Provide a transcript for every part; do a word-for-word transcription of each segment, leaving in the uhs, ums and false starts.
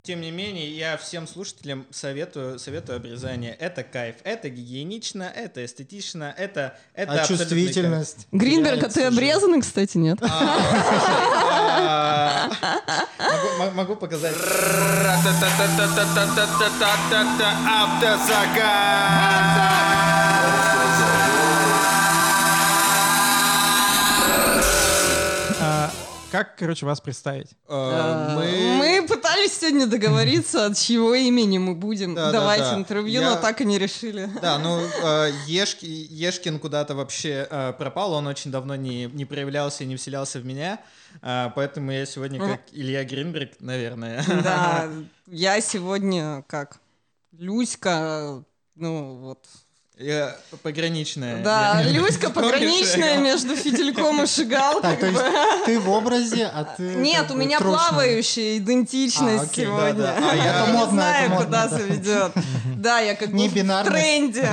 Тем не менее, я всем слушателям советую, советую обрезание. Это кайф, это гигиенично, это эстетично, это, это а чувствительность. Гринберг, а ты обрезанный, кстати, нет? Могу показать. Как, короче, вас представить? Мы... мы пытались сегодня договориться, от чьего имени мы будем да, давать да, да. интервью, Я... но так и не решили. Да, ну, э, Ешки... Ешкин куда-то вообще э, пропал, он очень давно не, не проявлялся и не вселялся в меня, э, поэтому я сегодня как Илья Гринберг, наверное. Да, я сегодня как Люська, ну вот... Я пограничная. Да, я... Люська пограничная между Фитильком и Шигалкой. Так, то есть ты в образе, а ты... Нет, у меня трушная. Плавающая идентичность а, окей, сегодня. Да, да. А я это модно, не знаю, это куда модно, заведет. Да, я как бы в тренде.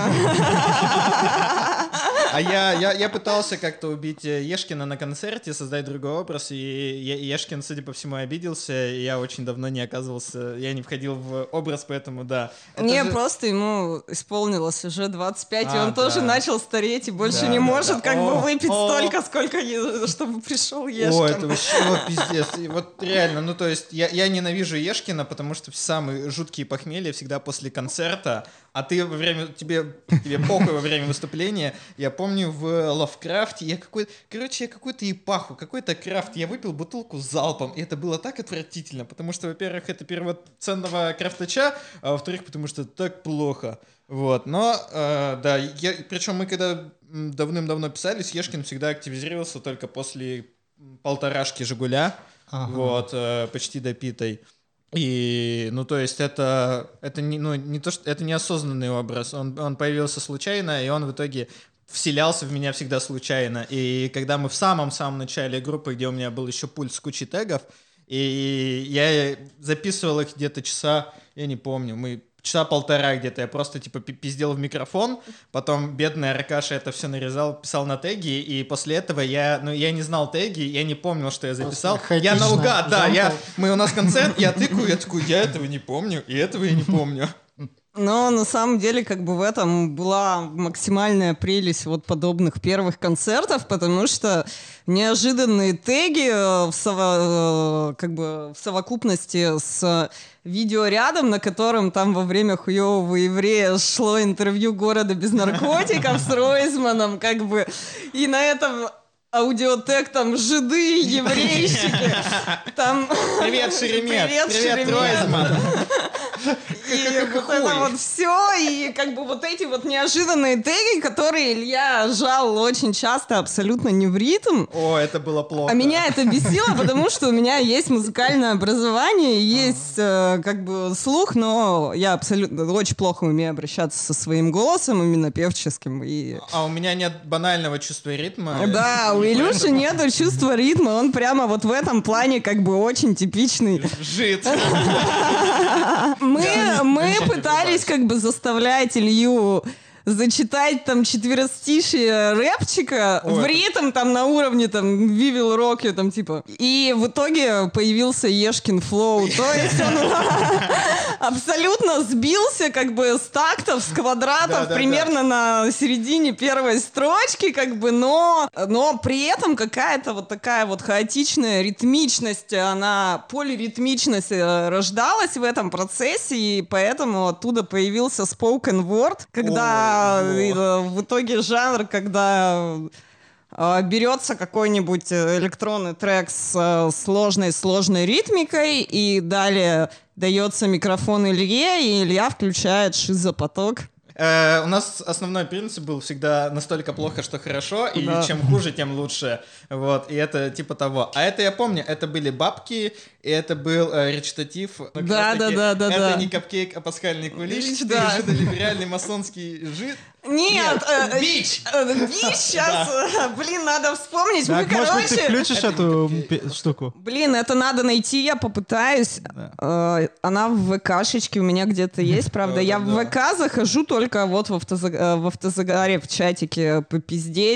А я, я, я пытался как-то убить Ешкина на концерте, создать другой образ, и Ешкин, судя по всему, обиделся, и я очень давно не оказывался, я не входил в образ, поэтому да. Не, же... просто ему исполнилось уже двадцать пять, а, и он да. тоже начал стареть, и больше да, не да, может да. как о, бы выпить о, столько, сколько, чтобы пришел Ешкин. О, это вообще вот пиздец. И вот реально, ну то есть я, я ненавижу Ешкина, потому что самые жуткие похмелья всегда после концерта, а ты во время, тебе, тебе похуй во время выступления. Я помню в Лавкрафте, я какой-то, короче, я какую-то ипаху, какой-то крафт, я выпил бутылку залпом, и это было так отвратительно, потому что, во-первых, это перевод ценного крафтача, а во-вторых, потому что так плохо. Вот, но, э, да, я, причем мы когда давным-давно писались, Ешкин всегда активизировался только после полторашки Жигуля, ага. вот, э, почти допитой. И, ну, то есть это, это не, ну, не то, что это неосознанный образ, он, он появился случайно, и он в итоге вселялся в меня всегда случайно. И когда мы в самом-самом начале группы, где у меня был еще пульт с кучей тегов, и я записывал их где-то часа, я не помню, мы часа полтора где-то, я просто типа пиздел в микрофон, потом бедный Аркаша это все нарезал, писал на теги, и после этого я, ну, я не знал теги, я не помнил, что я записал. Я наугад, да, я, мы у нас концерт, я тыкаю, я такой, я этого не помню, и этого я не помню. Но на самом деле как бы в этом была максимальная прелесть вот подобных первых концертов, потому что неожиданные теги в, сово, как бы в совокупности с видеорядом, на котором там во время хуёвого еврея шло интервью «Города без наркотиков» с Ройзманом, как бы, и на этом... аудиотек, там, жиды, еврейщики, там... Привет, Шеремет! Привет, Привет Ройзман! И вот это вот все, и как бы вот эти вот неожиданные теги, которые Илья жал очень часто абсолютно не в ритм. О, это было плохо. А меня это бесило, потому что у меня есть музыкальное образование, есть э, как бы слух, но я абсолютно очень плохо умею обращаться со своим голосом, именно певческим. И... А у меня нет банального чувства ритма. Да, у Илюши нету чувства ритма, он прямо вот в этом плане как бы очень типичный. Жид. Мы, мы пытались как бы заставлять Илью зачитать там четверостишие рэпчика Ой. в ритм там на уровне там We Will Rock You, там типа. И в итоге появился Ешкин флоу. То есть он абсолютно сбился как бы с тактов, с квадратов, да, да, примерно да. на середине первой строчки, как бы, но, но при этом какая-то вот такая вот хаотичная ритмичность, она, полиритмичность рождалась в этом процессе, и поэтому оттуда появился spoken word, когда О. в итоге жанр, когда э, берется какой-нибудь электронный трек с сложной-сложной ритмикой, и далее дается микрофон Илье, и Илья включает шизопоток. Э, у нас основной принцип был всегда настолько плохо, что хорошо, и да. чем хуже, тем лучше. Вот, и это типа того. А это я помню, это были бабки, и это был э, речитатив. Да, да, да, да. Это да. не капкейк, а пасхальный кулич. Да. Ты жидолиберальный масонский жид. Нет, э, бич! Э, бич сейчас, да. блин, надо вспомнить. Так, Мы, может короче... быть, ты включишь это эту пи- штуку? Блин, это надо найти, я попытаюсь. Да. Э, она в ВКшечке у меня где-то есть, правда. Да, я да, в ВК захожу только вот в, автозаг... в автозагаре в чатике попиздеть.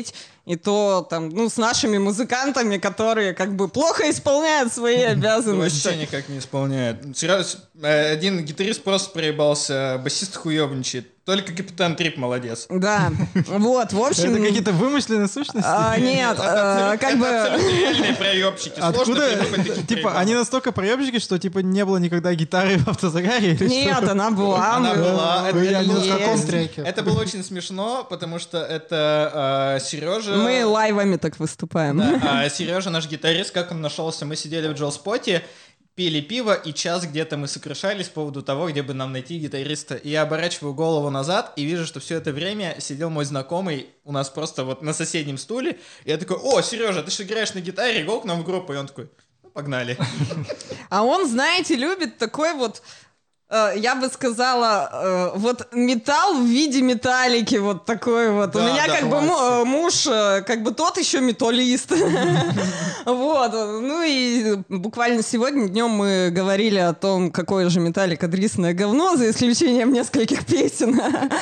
И то там, ну, с нашими музыкантами, которые как бы плохо исполняют свои обязанности. Вообще никак не исполняет. Серьезно, один гитарист просто проебался, басист хуёвничает. Только Капитан Трип молодец. Да, вот, в общем... Это какие-то вымышленные сущности? А, нет, а, как бы... Это абсолютно реальные проебщики. Откуда? Типа, они настолько проебщики, что типа не было никогда гитары в Автозагаре? или Нет, что? она была. Она мы- была. Это- Я это не было- знаю, в каком Есть. треке. Это было очень смешно, потому что это Сережа... Мы лайвами так выступаем. Да, а Сережа, наш гитарист, как он нашелся? Мы сидели в Джолспоте, пили пиво, и час где-то мы сокрушались по поводу того, где бы нам найти гитариста. И я оборачиваю голову назад и вижу, что все это время сидел мой знакомый у нас просто вот на соседнем стуле. И я такой: о, Сережа, ты же играешь на гитаре, го к нам в группу. И он такой: ну, погнали. А он, знаете, любит такой вот, э, я бы сказала, э, вот металл в виде металлики, вот такой вот. У Да, меня да, как бы му- классик. э, муж, э, как бы тот еще металлист. Вот. Ну и буквально сегодня днем мы говорили о том, какое же металлика дрисное говно, за исключением нескольких песен.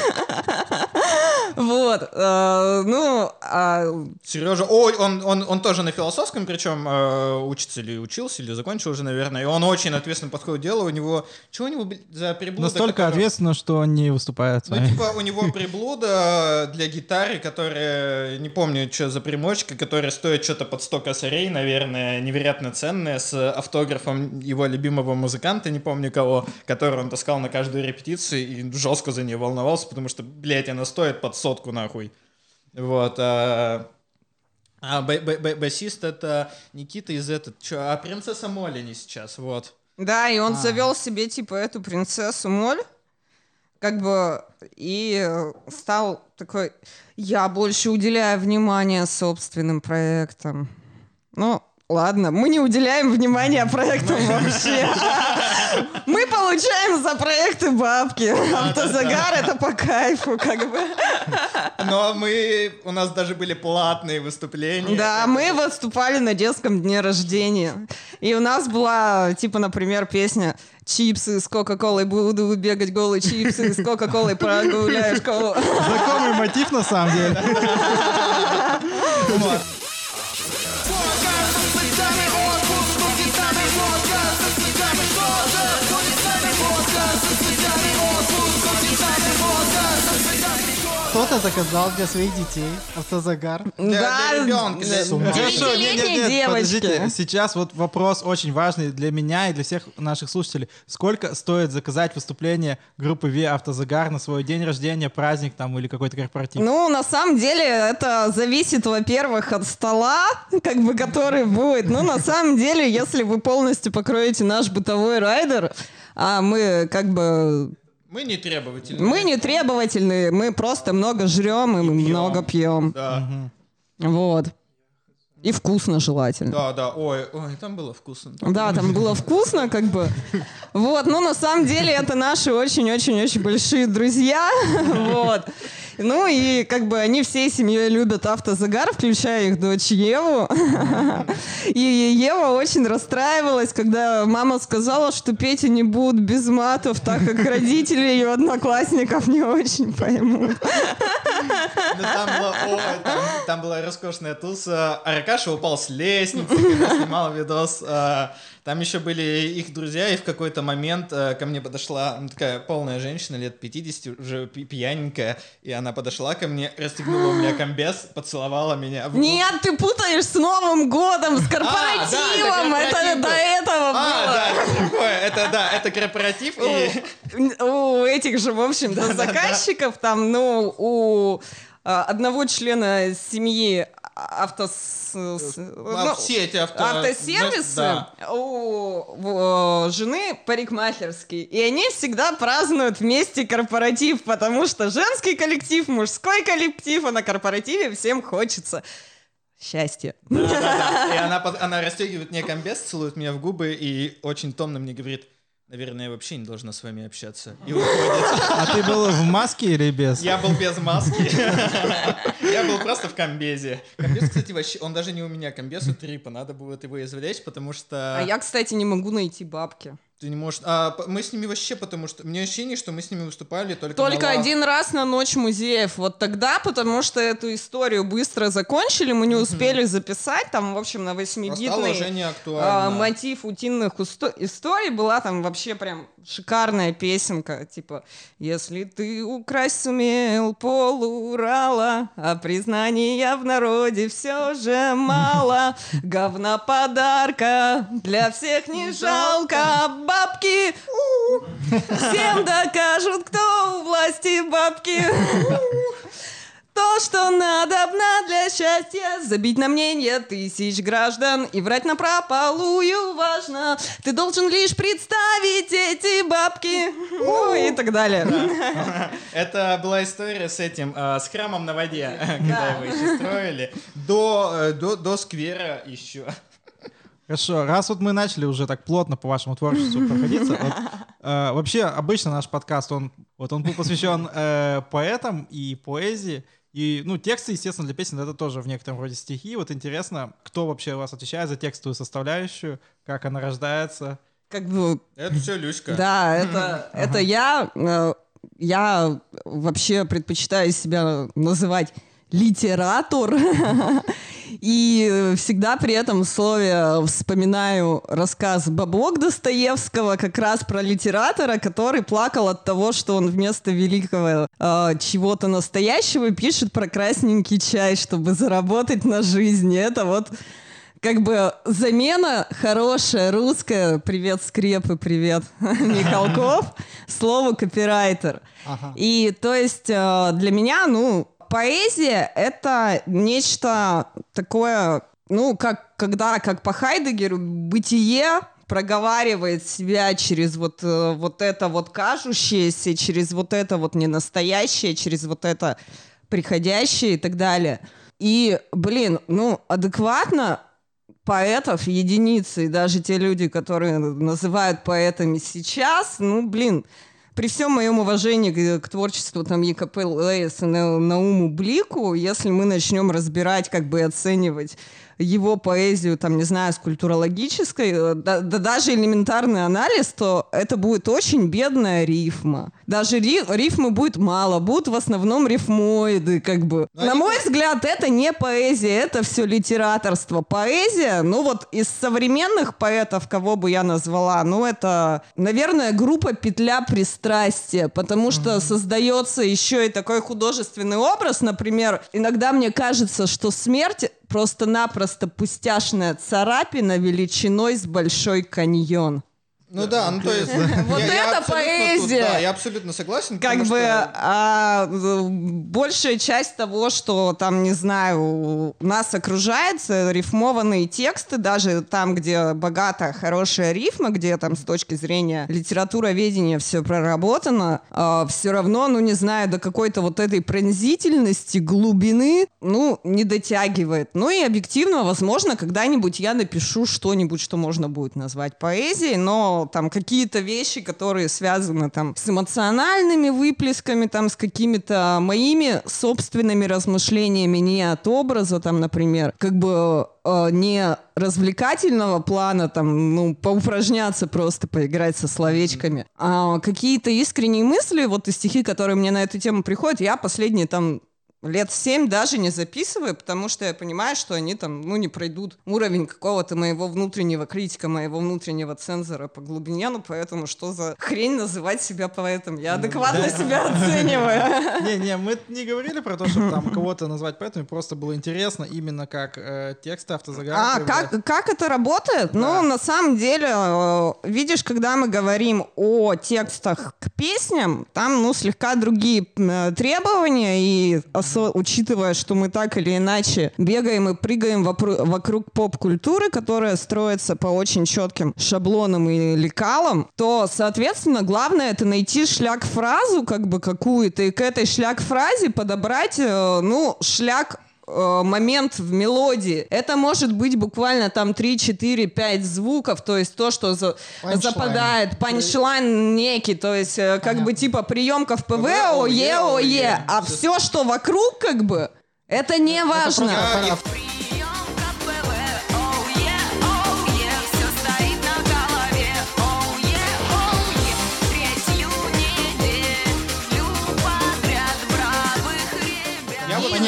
Вот. э, Ну, а Сережа, ой, он, он, он тоже на философском, причем э, учится или учился, или закончил уже, наверное. И он очень ответственно подходит к делу. У него... Чего у него блин, за приблуда? Настолько которая- ответственно, что он не выступает с Ну, вами. типа, у него приблуда для гитары, которая, не помню, что за примочка, которая стоит что-то под сто косарей, наверное, невероятно ценная, с автографом его любимого музыканта, не помню кого, который он таскал на каждую репетицию и жестко за нее волновался, потому что, блядь, она стоит под сотку, нахуй. Вот, а... А б- б- б- басист — это Никита из этот... Чё, а принцесса Молли не сейчас, вот. да, и он А. завел себе типа эту принцессу Моль, как бы, и э, стал такой: я больше уделяю внимание собственным проектам. Ну, ладно, мы не уделяем внимания проектам вообще. Мы получаем за проекты бабки. Автозагар — это по кайфу, как бы. Но мы... У нас даже были платные выступления. Да, мы выступали на детском дне рождения. И у нас была, типа, например, песня «Чипсы с Кока-Колой, буду бегать голые чипсы, с Кока-Колой прогуляю школу». Знакомый мотив на самом деле. Кто-то заказал для своих детей автозагар. Для- Да, для ребенка, для- С ума. Хорошо, девятилетней девочки. подождите. Сейчас вот вопрос очень важный для меня и для всех наших слушателей. Сколько стоит заказать выступление группы Ви Автозагар на свой день рождения, праздник там или какой-то корпоратив? Ну, на самом деле, это зависит, во-первых, от стола, как бы, который будет. Ну, на самом деле, если вы полностью покроете наш бытовой райдер, а мы, как бы, Мы не требовательны. мы не требовательные, мы просто много жрем и, пьем. много пьем. Да. Вот. И вкусно желательно. Да, да, ой, ой, там было вкусно. Там Да, там было вкусно, как бы. Вот, ну, на самом деле, это наши очень-очень-очень большие друзья. Вот. Ну, и как бы они всей семьей любят автозагар, включая их дочь Еву. И Ева очень расстраивалась, когда мама сказала, что Петя не будет без матов, так как родители ее одноклассников не очень поймут. Ну, там, была, ой, там, там была роскошная туса. Аркаша упал с лестницы, когда снимал видос. А, Там еще были их друзья, и в какой-то момент а, ко мне подошла ну, такая полная женщина, лет пятидесяти, уже пи- пьяненькая, и она подошла ко мне, расстегнула у меня комбез, поцеловала меня в губы. Нет, ты путаешь с Новым годом, с А, да, корпоративом. это Это корпоратив до был. этого А, было. да, это другое. Это, да, это корпоратив, и... У этих же, в общем-то, заказчиков, там, ну, у а, одного члена семьи автос... с- А, ну, все эти авто... автосервисы, Да. у, у жены парикмахерские, и они всегда празднуют вместе корпоратив, потому что женский коллектив, мужской коллектив, а на корпоративе всем хочется счастья. Да, да, да. И она, под- она расстегивает мне комбез, целует меня в губы и очень томно мне говорит: наверное, я вообще не должна с вами общаться. И уходит. А ты был в маске или без? Я был без маски. Я был просто в комбезе. Комбез, кстати, вообще, он даже не у меня. Комбез у Трипа. Надо будет его извлечь, потому что... А я, кстати, не могу найти бабки. Ты не можешь... А мы с ними вообще, потому что... Мне ощущение, что мы с ними выступали только Только на один раз на Ночь музеев. Вот тогда, потому что эту историю быстро закончили, мы не успели записать. Там, в общем, на восьмибитный а, мотив утиных усто... историй была там вообще прям шикарная песенка. Типа, если ты украсть сумел пол Урала, а признания в народе все же мало. Говна подарка для всех не жалко. Бабки, у-у. Всем докажут, кто у власти бабки. То, что надобно для счастья, забить на мнение тысяч граждан и врать напропалую важно. Ты должен лишь представить эти бабки, ну и так далее. Да. Это была история с этим, с храмом на воде, когда его еще строили, до, до, до сквера еще. Хорошо, раз вот мы начали уже так плотно по вашему творчеству проходиться, вот, э, вообще обычно наш подкаст, он, вот он был посвящен э, поэтам и поэзии, и, ну, тексты, естественно, для песен это тоже в некотором роде стихи. Вот интересно, кто вообще у вас отвечает за текстовую составляющую, как она рождается? Как бы... Это все Люська. Да, это, это я. Э, я вообще предпочитаю себя называть литератор. И всегда при этом слове вспоминаю рассказ «Бабок» Достоевского как раз про литератора, который плакал от того, что он вместо великого э, чего-то настоящего пишет про красненький чай, чтобы заработать на жизнь. Это вот как бы замена хорошая, русская. Привет, скрепы, привет, Михалков. Слову копирайтер. Ага. И то есть э, для меня, ну, поэзия — это нечто такое, ну, как когда, как по Хайдеггеру, бытие проговаривает себя через вот, вот это вот кажущееся, через вот это вот ненастоящее, через вот это приходящее и так далее. И, блин, ну, адекватно поэтов единицы, и даже те люди, которые называют поэтами сейчас, ну, блин, при всем моем уважении к, к творчеству там ЕКП Лейс и Науму Блику, если мы начнем разбирать, как бы оценивать его поэзию, там, не знаю, с культурологической, да, да даже элементарный анализ, то это будет очень бедная рифма. Даже ри, рифмы будет мало, будут в основном рифмоиды, как бы. Но На мой как... взгляд, это не поэзия, это все литераторство. Поэзия, ну вот из современных поэтов, кого бы я назвала, ну это, наверное, группа «Петля пристрастия», потому что mm-hmm. создается еще и такой художественный образ, например, иногда мне кажется, что смерть просто-напросто пустяшная царапина величиной с Большой каньон. Ну да, ну то есть... Вот это поэзия! Да, я абсолютно согласен. Как бы большая часть того, что там, не знаю, нас окружает, рифмованные тексты, даже там, где богатая, хорошая рифма, где там с точки зрения литературоведения все проработано, все равно, ну не знаю, до какой-то вот этой пронзительности, глубины, ну, не дотягивает. Ну и объективно, возможно, когда-нибудь я напишу что-нибудь, что можно будет назвать поэзией, но там какие-то вещи, которые связаны там с эмоциональными выплесками, там с какими-то моими собственными размышлениями не от образа, там, например, как бы э, не развлекательного плана, там, ну, поупражняться просто, поиграть со словечками, а какие-то искренние мысли, вот и стихи, которые мне на эту тему приходят, я последние там лет семь даже не записываю, потому что я понимаю, что они там, ну, не пройдут уровень какого-то моего внутреннего критика, моего внутреннего цензора по глубине, ну, поэтому что за хрень называть себя поэтом? Я адекватно да. себя оцениваю. Не-не, мы не говорили про то, чтобы там кого-то назвать поэтом, просто было интересно именно как э, тексты автозагара. А, как, как это работает? Да. Ну, на самом деле, э, видишь, когда мы говорим о текстах к песням, там, ну, слегка другие э, требования, и учитывая, что мы так или иначе бегаем и прыгаем вопру- вокруг поп-культуры, которая строится по очень четким шаблонам и лекалам, то, соответственно, главное — это найти шляк-фразу, как бы какую-то, и к этой шляк-фразе подобрать, э, ну, шляк момент в мелодии. Это может быть буквально там три, четыре, пять звуков, то есть то, что за, западает, панчлайн некий, то есть как Понятно. Бы типа приемка в ПВ, ое, ое, а все, что вокруг, как бы, это не важно.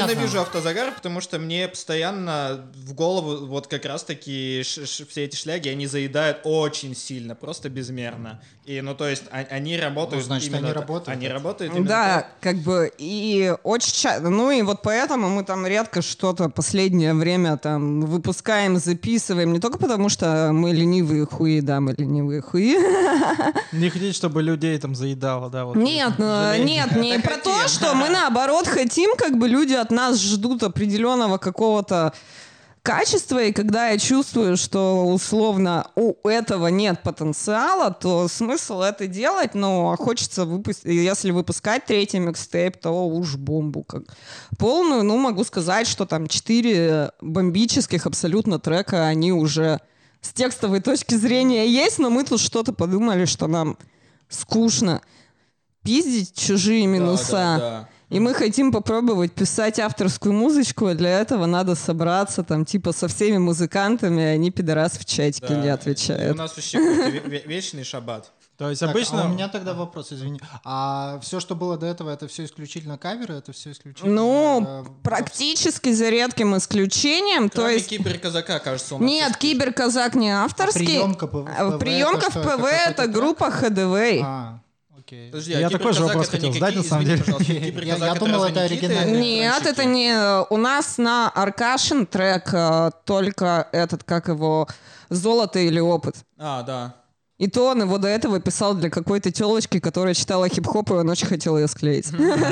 понятно. ненавижу автозагар, потому что мне постоянно в голову вот как раз-таки ш- ш- все эти шляги, они заедают очень сильно, просто безмерно. И, ну, то есть, а- они работают Ну, значит, именно они так. работают, Они это. работают именно Да, так. как бы, и очень часто, ну и вот поэтому мы там редко что-то последнее время там выпускаем, записываем, не только потому, что мы ленивые хуи, да, мы ленивые хуи. Не хотите, чтобы людей там заедало, да? Вот. Нет, ну, Жалеете. нет, не Это про то, хотим. что мы наоборот хотим, как бы люди от нас ждут определенного какого-то качества, и когда я чувствую, что условно у этого нет потенциала, то смысл это делать, но хочется выпустить, если выпускать третий микстейп, то уж бомбу как полную. Ну, могу сказать, что там четыре бомбических абсолютно трека, они уже с текстовой точки зрения есть, но мы тут что-то подумали, что нам скучно пиздить чужие минуса. Да, да, да. И мы хотим попробовать писать авторскую музычку, а для этого надо собраться там типа со всеми музыкантами, а они пидорас в чатике Да. не И у отвечают. нас вообще какой-то ве- ве- вечный шаббат. То есть Так, обычно... а у меня тогда вопрос, извини. А все, что было до этого, это все исключительно каверы, это все исключительно... Ну, э, практически за редким исключением. То Кроме есть... киберказака, кажется, у нас Нет, есть. Киберказак не авторский. приемка в А ПВ, приемка это в что, ПВ это это какой-то группа ХДВ. А, окей. Подожди, Я а такой же киберказак вопрос это хотел не задать, какие- на самом извини, деле. пожалуйста, Я- киберказак я думал, это разве не какие-то оригинальный. Нет, экранчики? это не... У нас на Аркашин трек э, только этот, как его, «Золото или опыт». А, да. И то он его до этого писал для какой-то телочки, которая читала хип-хоп, и он очень хотел ее склеить.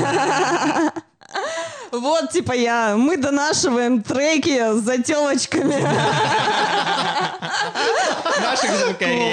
Вот, типа я, мы донашиваем треки за телочками. Наших звукарей.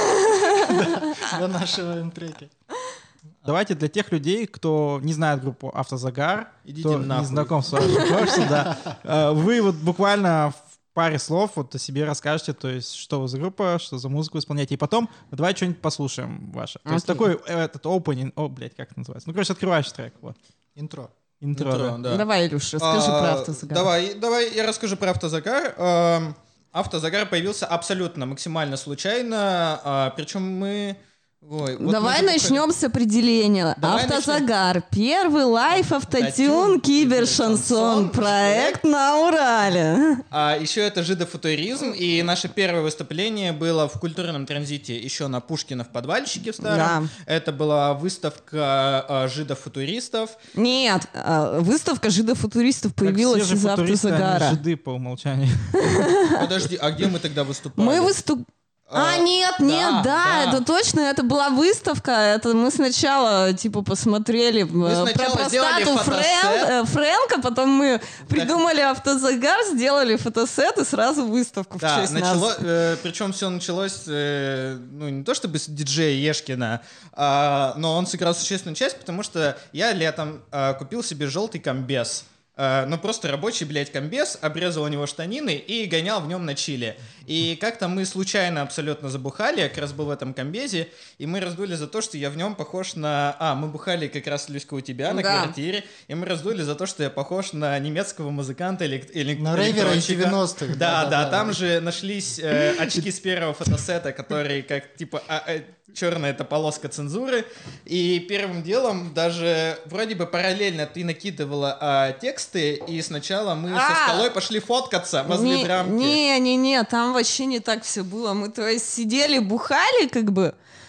Донашиваем треки. Давайте для тех людей, кто не знает группу «Автозагар», Идите кто нахуй. не знаком с вашим творчеством, да, э, вы вот буквально в паре слов вот о себе расскажете, то есть что вы за группа, что за музыку исполняете, и потом давай что-нибудь послушаем ваше. То есть Окей. такой э, этот opening, о, блядь, как это называется? Ну, короче, открывающий трек, вот. Интро. Интро, Интро, да. да. Давай, Илюш, расскажи А, про автозагар. Давай, давай я расскажу про автозагар. Эм, Автозагар появился абсолютно максимально случайно, а, причем мы... Ой, вот Давай мы же начнем с определения. Давай Автозагар. Первый лайф автотюн Автотюн, кибершансон. кибершансон, Проект на Урале. А еще это жидофутуризм, и наше первое выступление было в культурном транзите еще на Пушкина в подвальчике в старом. Это была выставка а, жидофутуристов. Нет, а, выставка жидофутуристов Как появилась все же из футуристы, они автозагара. жиды по умолчанию. Подожди, а где мы тогда выступали? Мы выступ... А, А, нет, да, нет, да, да. это точно, это была выставка, это мы сначала, типа, посмотрели э, сначала про сделали простату фотосет. Фрэн- э, Фрэнка, потом мы придумали автозагар, сделали фотосет и сразу выставку в Да, честь начало, нас. э, причем все началось, э, ну, не то чтобы с диджея Ешкина, а, но он сыграл существенную часть, потому что я летом э, купил себе желтый комбез. Э, ну, просто рабочий, блядь, комбез, обрезал у него штанины и гонял в нем на чили. И как-то мы случайно абсолютно забухали, я как раз был в этом комбезе, и мы раздули за то, что я в нем похож на... А, мы бухали как раз, Люська, у тебя на Да. квартире, и мы раздули за то, что я похож на немецкого музыканта или, или На рейвера из электронщика. девяностых. Да, да, там же нашлись э, очки с первого фотосета, которые как типа а, э, черная это полоска цензуры. И первым делом даже вроде бы параллельно ты накидывала а, тексты, и сначала мы А! со скалой пошли фоткаться возле Не, драмки. не, не, не, там вообще не так все было. Мы, то есть, сидели, бухали, как бы.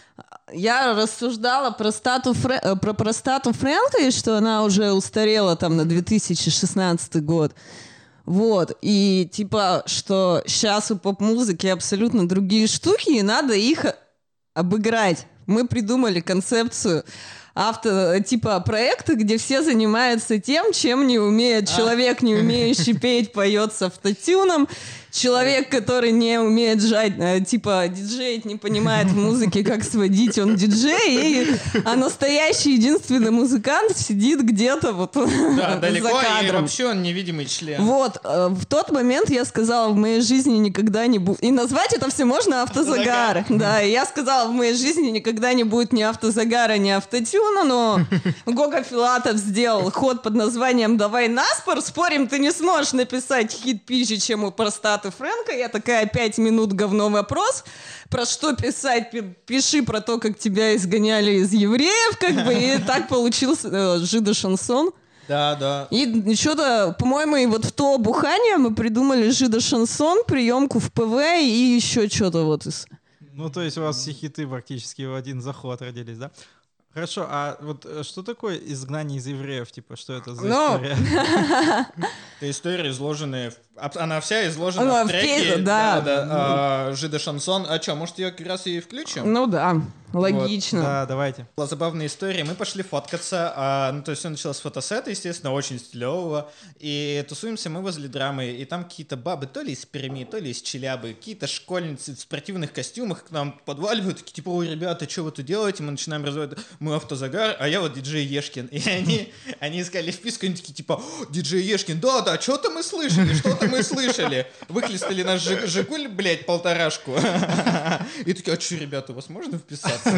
Я рассуждала про, стату Фрэ- э, про простату Фрэнка, и что она уже устарела там на две тысячи шестнадцатый год. Вот, и типа, что сейчас у поп-музыки абсолютно другие штуки, и надо их обыграть. Мы придумали концепцию авто, типа проекта, где все занимаются тем, чем не умеет человек, не умеющий петь, поет с автотюном. Человек, который не умеет жать, э, типа диджеить, не понимает в музыке, как сводить, он диджей, и, а настоящий единственный музыкант сидит где-то вот Да, за далеко, и кадром. вообще он невидимый член. Вот, э, в тот момент я сказала, в моей жизни никогда не будет... И назвать это все можно автозагар. Да, и я сказала, в моей жизни никогда не будет ни автозагара, ни автотюна, но Гога Филатов сделал ход под названием «Давай наспор, спорим, ты не сможешь написать хит пизже, чем у простаты Фрэнка». Я такая, пять минут говно вопрос. Про что писать? Пи- Пиши про то, как тебя изгоняли из евреев, как бы, и так получился э, жидо-шансон. Да, да. И что-то, по-моему, и вот в то бухание мы придумали жидо-шансон, приемку в ПВ и еще что-то вот из... Ну, то есть у вас все хиты практически в один заход родились, да? Хорошо, а вот что такое изгнание из евреев? Типа, что это за Ну, история? Это история, изложенная... в- Она вся изложена Она в в треке. песне, да. да, а, Жидо-шансон. А что, может, ее как раз и включим? Ну да, логично. Да, давайте. Была забавная история. Мы пошли фоткаться. А, ну, то есть все началось с фотосета, естественно, очень стилевого. И тусуемся мы возле драмы. И там какие-то бабы, то ли из Перми, то ли из Челябы, какие-то школьницы в спортивных костюмах к нам подваливают. Такие, типа, ой, ребята, что вы тут делаете? Мы начинаем развивать мой автозагар, а я вот диджей Ешкин. И они, они искали вписку, они такие, типа, диджей Ешкин, да-да, что-то мы слышали, что-то мы слышали. Выхлестали наш Жиг- Жигуль, блядь, полторашку. И такие, а что, ребята, у вас можно вписаться?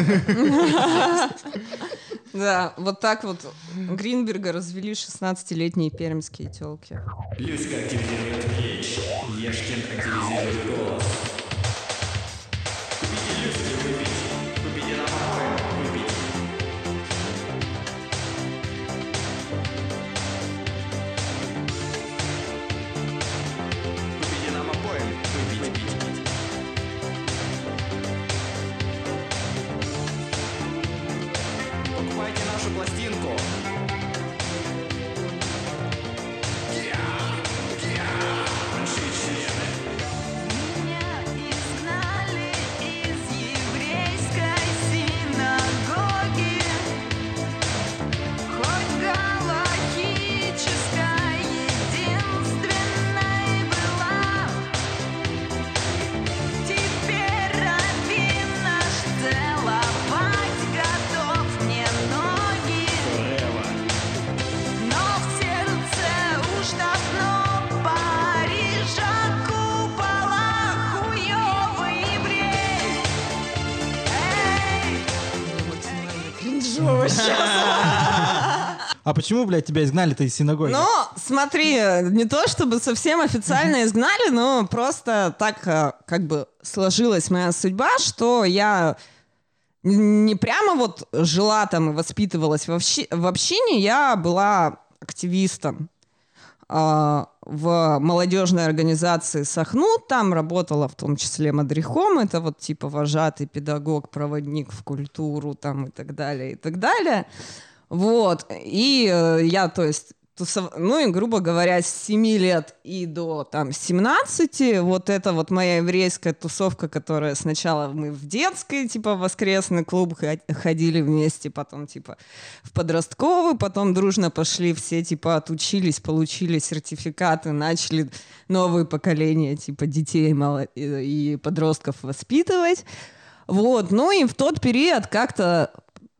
Да, вот так вот Гринберга развели шестнадцатилетние пермские телки. Люська активизирует речь. Ешкин активизирует голос. Купите Люську выпить. Купите нам обоим выпить. Купите нам обоим выпить. Покупайте нашу пластинку. Меня изгнали из еврейской синагоги, хоть галахической единственной была. Теперь раввин наш целовать готов мне ноги, но в сердце уж давно Парижа купола хуёвый еврей. Эй! Кринжово сейчас. А почему, блядь, тебя изгнали-то из синагоги? Ну, смотри, не то чтобы совсем официально изгнали, но просто так э, как бы сложилась моя судьба, что я не прямо вот жила там и воспитывалась в, общи- в общине, я была активистом э, в молодежной организации «Сахнут», там работала в том числе мадрихом, это вот типа вожатый педагог, проводник в культуру там и так далее, и так далее. Вот, и э, я, то есть, тусов... ну и, грубо говоря, с семи лет и до там семнадцати, вот это вот моя еврейская тусовка, которая сначала мы в детской, типа, в воскресный клуб ходили вместе, потом, типа, в подростковый, потом дружно пошли все, типа, отучились, получили сертификаты, начали новые поколения, типа, детей мало... и подростков воспитывать. Вот, ну и в тот период как-то...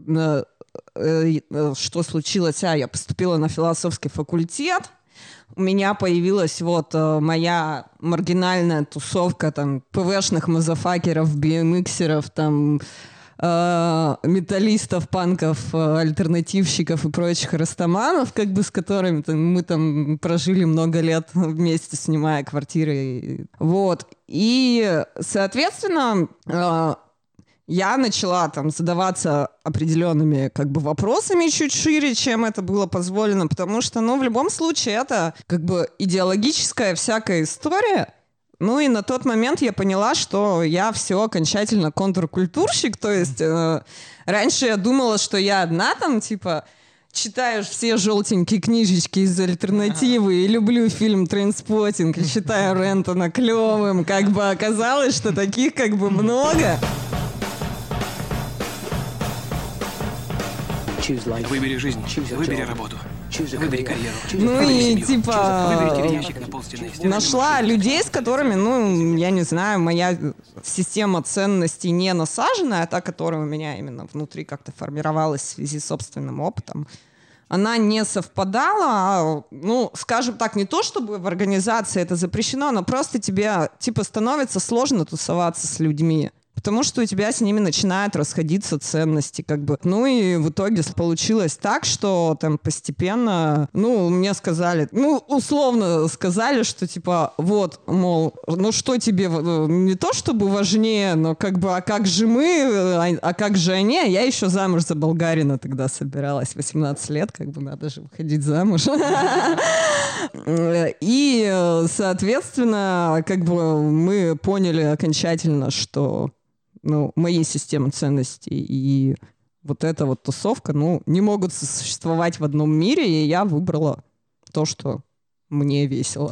что случилось? А, я поступила на философский факультет. У меня появилась вот э, моя маргинальная тусовка там ПВшных мазафакеров, биомиксеров, там э, металлистов, панков, э, альтернативщиков и прочих растаманов, как бы с которыми там, мы там прожили много лет вместе, снимая квартиры. Вот. И, соответственно, э, я начала там задаваться определенными как бы вопросами чуть шире, чем это было позволено, потому что, ну, в любом случае это как бы идеологическая всякая история. Ну и на тот момент я поняла, что я все окончательно контркультурщик, то есть э, раньше я думала, что я одна там, типа, читаю все желтенькие книжечки из альтернативы и люблю фильм «Трейнспоттинг» и считаю Рентона клевым, как бы оказалось, что таких как бы много. Выбери жизнь, выбери работу, выбери карьеру, Ну выбери и семью. типа Выберите ящик на полстены. нашла людей, с которыми, ну, я не знаю, моя система ценностей не насаженная, а та, которая у меня именно внутри как-то формировалась в связи с собственным опытом, она не совпадала, а, ну, скажем так, не то, чтобы в организации это запрещено, но просто тебе, типа, становится сложно тусоваться с людьми. Потому что у тебя с ними начинают расходиться ценности, как бы. Ну и в итоге получилось так, что там постепенно, ну, мне сказали, ну, условно сказали, что типа, вот, мол, ну что тебе не то чтобы важнее, но как бы, а как же мы, а, а как же они? Я еще замуж за болгарина тогда собиралась, восемнадцать лет, как бы надо же выходить замуж. И, соответственно, как бы мы поняли окончательно, что ну, мои системы ценностей и вот эта вот тусовка, ну, не могут существовать в одном мире, и я выбрала то, что мне весело.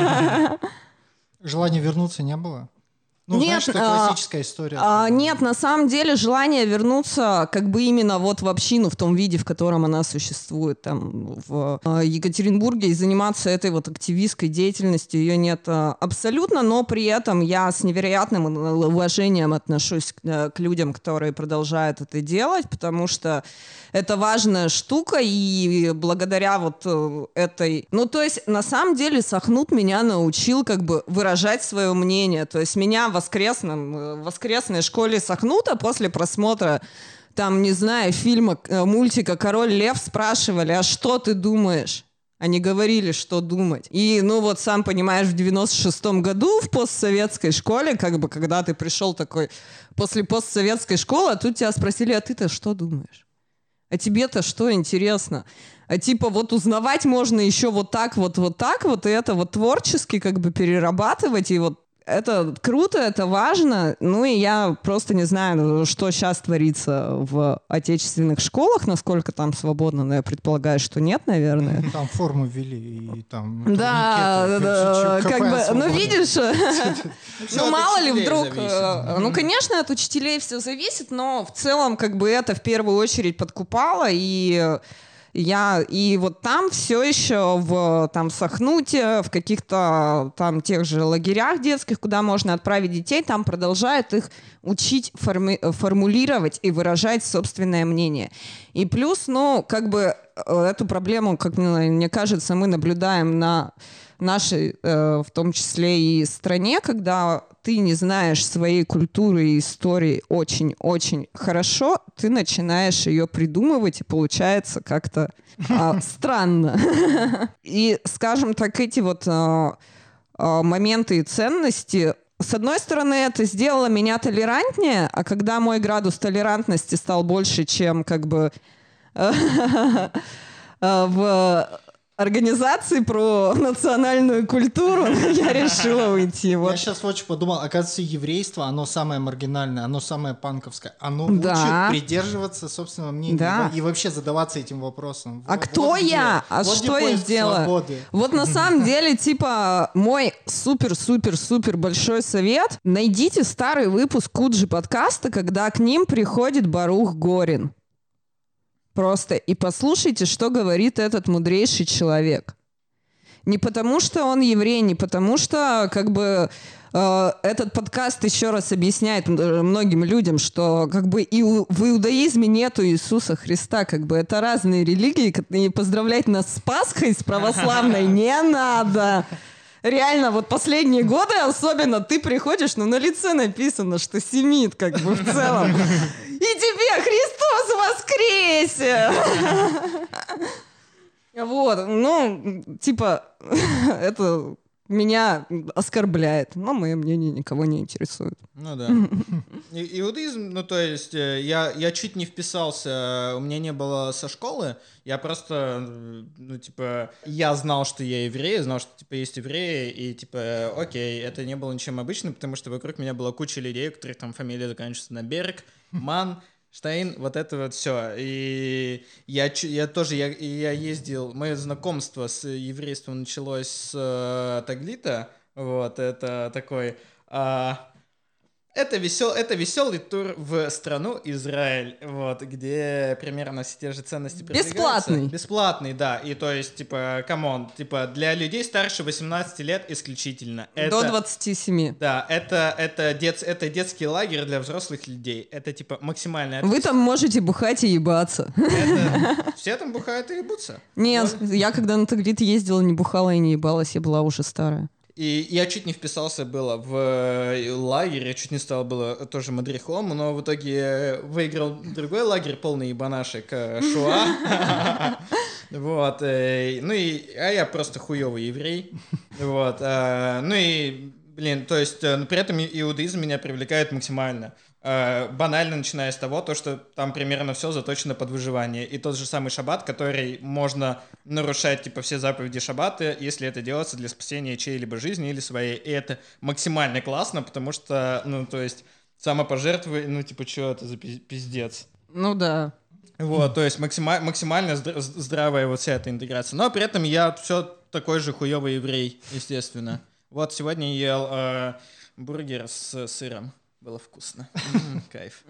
Желания вернуться не было? Ну, Нет, знаешь, это а, классическая история. А, нет, на самом деле желание вернуться как бы именно вот в общину в том виде, в котором она существует там в а, Екатеринбурге, и заниматься этой вот активистской деятельностью ее нет а, абсолютно, но при этом я с невероятным уважением отношусь к, к людям, которые продолжают это делать, потому что это важная штука, и благодаря вот этой... Ну, то есть, на самом деле, Сахнут меня научил как бы выражать свое мнение, то есть меня в воскресном, в воскресной школе Сахнута после просмотра, там, не знаю, фильма, мультика «Король Лев» спрашивали, а что ты думаешь? Они говорили, что думать. И, ну вот, сам понимаешь, в девяносто шестом году в постсоветской школе, как бы, когда ты пришел такой после постсоветской школы, а тут тебя спросили, а ты-то что думаешь? А тебе-то что интересно? А типа вот узнавать можно еще вот так вот, вот так вот, и это вот творчески как бы перерабатывать, и вот это круто, это важно. Ну и я просто не знаю, что сейчас творится в отечественных школах, насколько там свободно, но я предполагаю, что нет, наверное. Там форму ввели, и там... Да, да, как бы, ну видишь, ну мало ли вдруг... Ну, конечно, от учителей все зависит, но в целом как бы это в первую очередь подкупало, и... Я и вот там все еще в там Сахнуте, в каких-то там тех же лагерях детских, куда можно отправить детей, там продолжают их учить форми- формулировать и выражать собственное мнение. И плюс, ну, как бы эту проблему, как мне кажется, мы наблюдаем на нашей, э, в том числе и стране, когда ты не знаешь своей культуры и истории очень-очень хорошо, ты начинаешь ее придумывать, и получается как-то э, странно. И, скажем так, эти вот э, э, моменты и ценности, с одной стороны, это сделало меня толерантнее, а когда мой градус толерантности стал больше, чем как бы в организации про национальную культуру, я решила уйти. Вот. Я сейчас очень подумал, оказывается, еврейство, оно самое маргинальное, оно самое панковское. Оно Да. учит придерживаться собственного мнения Да. и, и вообще задаваться этим вопросом. А Вот- кто вот где- я? А вот что где я поиск сделала? свободы. Вот на самом деле, типа, мой супер-супер-супер большой совет. Найдите старый выпуск Куджи подкаста, когда к ним приходит Барух Горин. Просто и послушайте, что говорит этот мудрейший человек. Не потому, что он еврей, не потому, что как бы э, этот подкаст еще раз объясняет многим людям, что как бы и у, в иудаизме нету Иисуса Христа, как бы это разные религии, и поздравлять нас с Пасхой, с православной не надо. Реально, вот последние годы особенно ты приходишь, ну на лице написано, что семит как бы в целом. И тебе Христос воскресе! Вот, ну, типа, это меня оскорбляет, но мое мнение никого не интересует. Ну да. И- Иудаизм, ну то есть э, я, я чуть не вписался, у меня не было со школы, я просто, э, ну типа, я знал, что я еврей, знал, что типа есть евреи, и типа, э, окей, это не было ничем обычным, потому что вокруг меня была куча людей, у которых там фамилия заканчивается на Берг, Ман, Штейн, вот это вот все. И я, чу- я тоже, я, я ездил, мое знакомство с еврейством началось с э, Таглита, вот, это такой... а, это, весел, это веселый тур в страну Израиль, вот, где примерно все те же ценности продвигаются. Бесплатный. Бесплатный, да. И то есть, типа, камон, типа, для людей старше восемнадцати лет исключительно. До Это- двадцати семи. Да, это, это, дет, это детский лагерь для взрослых людей. Это, типа, максимальная... Вы там можете бухать и ебаться. Это- Все там бухают и ебутся. Нет, я когда на Таглит ездила, не бухала и не ебалась, я была уже старая. И я чуть не вписался было в э, лагерь, я чуть не стал было тоже мадрихом, но в итоге выиграл другой лагерь, полный ебанашек, э, Шуа. Вот. э, Ну и... А я просто хуёвый еврей. Вот. э, Ну и... Блин, то есть э, при этом иудаизм меня привлекает максимально. Э, банально, начиная с того, то, что там примерно все заточено под выживание. И тот же самый шаббат, который можно нарушать, типа, все заповеди шаббата, если это делается для спасения чьей-либо жизни или своей. И это максимально классно, потому что, ну, то есть, самопожертвование, ну, типа, что это за пи- пиздец? Ну да. Вот, то есть максима- максимально здра- здравая вот вся эта интеграция. Но при этом я все такой же хуёвый еврей, естественно. Вот сегодня ел э, бургер с сыром. Было вкусно. М, Кайф.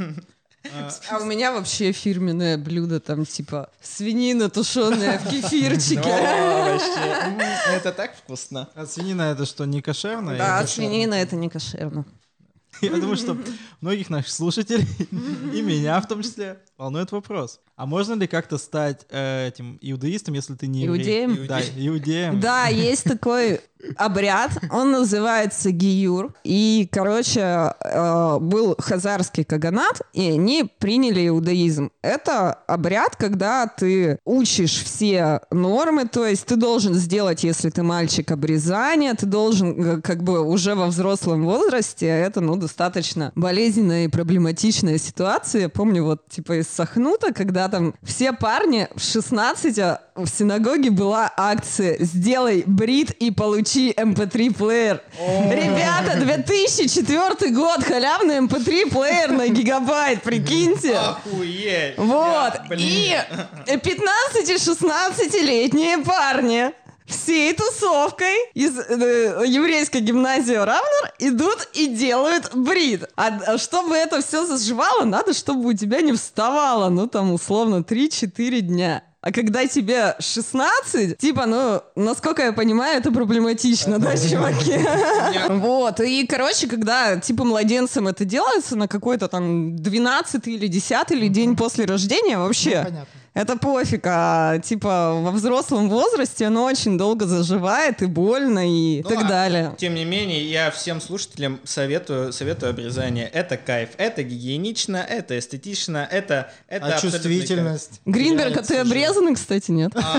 А у меня вообще фирменное блюдо, там типа свинина тушеная в О, кефирчике. вообще. М, Это так вкусно. А свинина это что, не кошерно? Да, Или- свинина это не кошерно. Я думаю, что многих наших слушателей, и меня в том числе, волнует вопрос. А можно ли как-то стать э, этим иудаистом, если ты не еврей? Иудеем? Да, иудеем. Да, есть такой обряд, он называется гиюр. И, короче, э, был хазарский каганат, и они приняли иудаизм. Это обряд, когда ты учишь все нормы, то есть ты должен сделать, если ты мальчик, обрезание, ты должен э, как бы уже во взрослом возрасте, это, ну, достаточно болезненная и проблематичная ситуация. Я помню, вот, типа, из Сахнута, когда там все парни в шестнадцати в синагоге была акция «Сделай брит и получи эм пэ три плеер». Ребята, две тысячи четвёртый год, халявный эм пэ три плеер на гигабайт, прикиньте. Охуеть. Вот, Я, блин. и пятнадцати-шестнадцатилетние парни всей тусовкой из э, еврейской гимназии Равнер идут и делают брит. А, а чтобы это все заживало, надо, чтобы у тебя не вставало, ну, там, условно, три-четыре дня. А когда тебе шестнадцать, типа, ну, насколько я понимаю, это проблематично, да, чуваки? Вот, и, короче, когда, типа, младенцам это делается на какой-то там двенадцатый или десятый или день после рождения, вообще... Понятно. Это пофиг, а типа во взрослом возрасте оно очень долго заживает и больно и Ну, так а далее. Тем не менее, я всем слушателям советую, советую обрезание. Это кайф, это гигиенично, это эстетично, это... это А абсолютный чувствительность? Гринберг, а ты обрезанный, кстати, нет? кайф.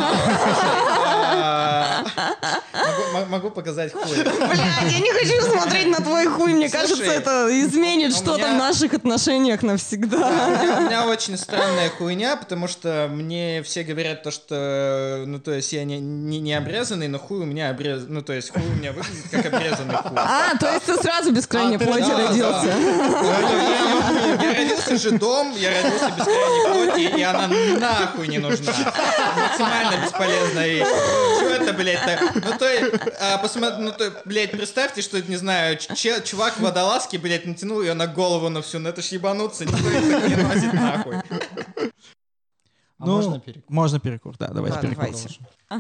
А, могу- мо- Могу показать хуй. Блядь, я не хочу смотреть на твой хуй, мне Слушай, кажется, это изменит у что-то меня- в наших отношениях У навсегда. меня, у меня очень странная хуйня, потому что мне все говорят то, что, ну, то есть я не, не, не обрезанный, но хуй у меня обрезанный, ну, то есть хуй у меня выглядит как обрезанный хуй. А, то есть ты сразу без крайней А, ты- плоти да, родился. Я, я родился жидом, я родился без крайней плоти, и она нахуй не нужна. Максимально бесполезная вещь. Чего это, блядь, так? Ну, то есть, а, посмотри, ну, то, блядь, представьте, что, не знаю, че- чувак в водолазке, блядь, натянул ее на голову на всю, ну это ж ебануться, никто это не носит нахуй. А Ну, можно перекур? Можно перекур, да, давайте Да, перекур. давайте.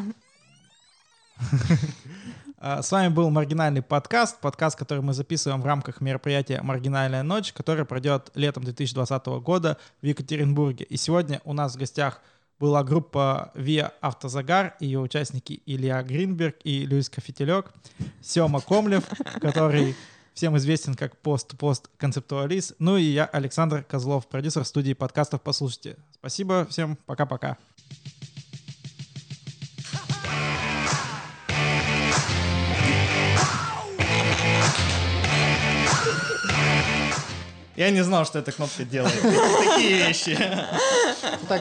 А, С вами был «Маргинальный подкаст», подкаст, который мы записываем в рамках мероприятия «Маргинальная ночь», которое пройдет летом две тысячи двадцатого года в Екатеринбурге. И сегодня у нас в гостях была группа «Виа Автозагар», ее участники Илья Гринберг и Люис Кофетелек, Сема Комлев, который всем известен как пост-пост-концептуалист, ну и я, Александр Козлов, продюсер студии подкастов «Послушайте». Спасибо всем, пока-пока. Я не знал, что эта кнопка делает такие вещи. Так